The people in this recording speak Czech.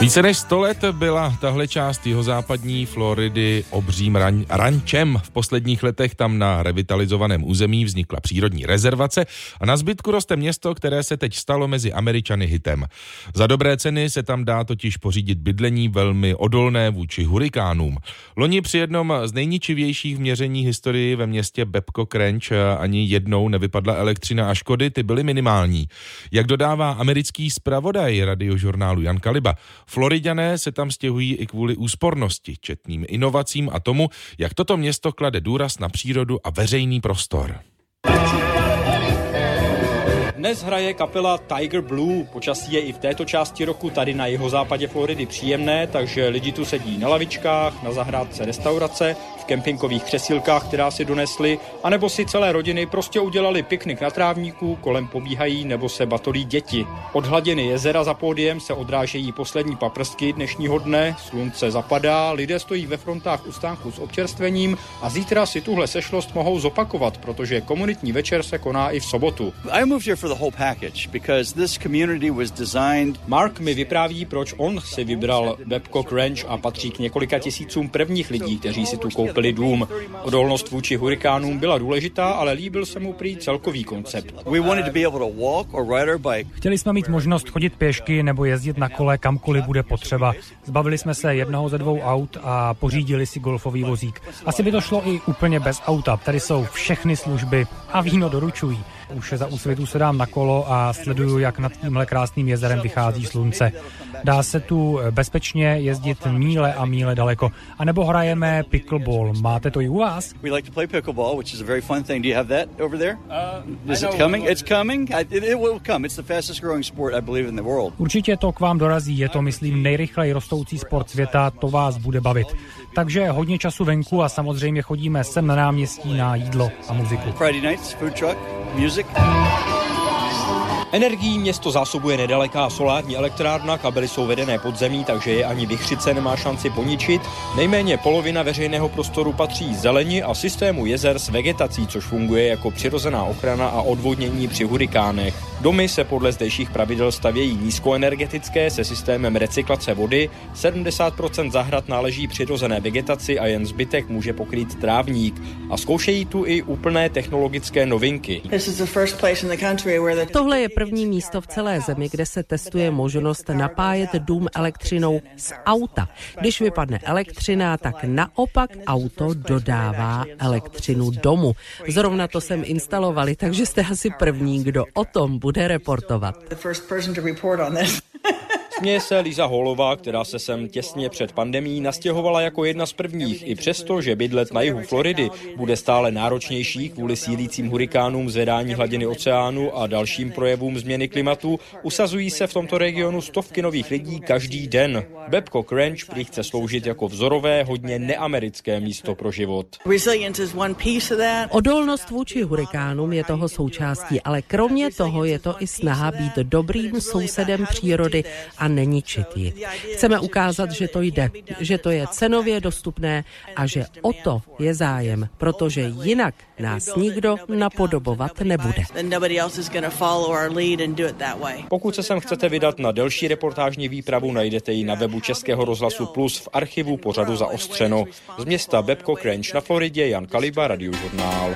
Více než 100 let byla tahle část jihozápadní Floridy obřím rančem. V posledních letech tam na revitalizovaném území vznikla přírodní rezervace a na zbytku roste město, které se teď stalo mezi Američany hitem. Za dobré ceny se tam dá totiž pořídit bydlení velmi odolné vůči hurikánům. Loni při jednom z nejničivějších měření historii ve městě Babcock Ranch ani jednou nevypadla elektřina a škody ty byly minimální. Jak dodává americký zpravodaj radiožurnálu Jan Kaliba, Floriďané se tam stěhují i kvůli úspornosti, četným inovacím a tomu, jak toto město klade důraz na přírodu a veřejný prostor. Dnes hraje kapela Tiger Blue. Počasí je i v této části roku tady na jihozápadě Floridy příjemné, takže lidi tu sedí na lavičkách, na zahrádce restaurace, v kempinkových křesílkách, která si donesli, anebo si celé rodiny prostě udělali piknik na trávníku, kolem pobíhají nebo se batolí děti. Od hladiny jezera za pódiem se odrážejí poslední paprstky dnešního dne, slunce zapadá, lidé stojí ve frontách u stánku s občerstvením a zítra si tuhle sešlost mohou zopakovat, protože komunitní večer se koná i v sobotu. Mark mi vypráví, proč on si vybral Babcock Ranch a patří k několika tisícům prvních lidí, kteří si tu koupili dům. Odolnost vůči hurikánům byla důležitá, ale líbil se mu prý celkový koncept. Chtěli jsme mít možnost chodit pěšky nebo jezdit na kole kamkoliv bude potřeba. Zbavili jsme se jednoho ze 2 aut a pořídili si golfový vozík. Asi by to šlo i úplně bez auta. Tady jsou všechny služby a víno doručují. Už za úsvitu se dám na kolo a sleduju, jak nad tímhle krásným jezerem vychází slunce. Dá se tu bezpečně jezdit míle a míle daleko. A nebo hrajeme pickleball. Máte to i u vás? Určitě to k vám dorazí. Je to, myslím, nejrychleji rostoucí sport světa. To vás bude bavit. Takže hodně času venku a samozřejmě chodíme sem na náměstí na jídlo a muziku. Friday nights, food truck, music. Energií město zásobuje nedaleká solární elektrárna, kabely jsou vedené pod zemí, takže je ani vichřice nemá šanci poničit. Nejméně polovina veřejného prostoru patří zeleni a systému jezer s vegetací, což funguje jako přirozená ochrana a odvodnění při hurikánech. Domy se podle zdejších pravidel stavějí nízkoenergetické se systémem recyklace vody, 70% zahrad náleží přirozené vegetaci a jen zbytek může pokrýt trávník. A zkoušejí tu i úplné technologické novinky. Tohle je první místo v celé zemi, kde se testuje možnost napájet dům elektřinou z auta. Když vypadne elektřina, tak naopak auto dodává elektřinu domu. Zrovna to jsem instalovali, takže jste asi první, kdo o tom bude reportovat. Směje se Lisa Hallová, která se sem těsně před pandemií nastěhovala jako jedna z prvních, i přesto, že bydlet na jihu Floridy bude stále náročnější kvůli sílícím hurikánům, zvedání hladiny oceánu a dalším projevům změny klimatu, usazují se v tomto regionu stovky nových lidí každý den. Babcock Ranch prý chce sloužit jako vzorové, hodně neamerické místo pro život. Odolnost vůči hurikánům je toho součástí, ale kromě toho je to i snaha být dobrým sousedem přírody a neničit ji. Chceme ukázat, že to jde, že to je cenově dostupné a že o to je zájem, protože jinak nás nikdo napodobovat nebude. Pokud se sem chcete vydat na delší reportážní výpravu, najdete ji na webu Českého rozhlasu Plus v archivu pořadu Zaostřeno. Z města Babcock Ranch na Floridě Jan Kaliba, Radiožurnál.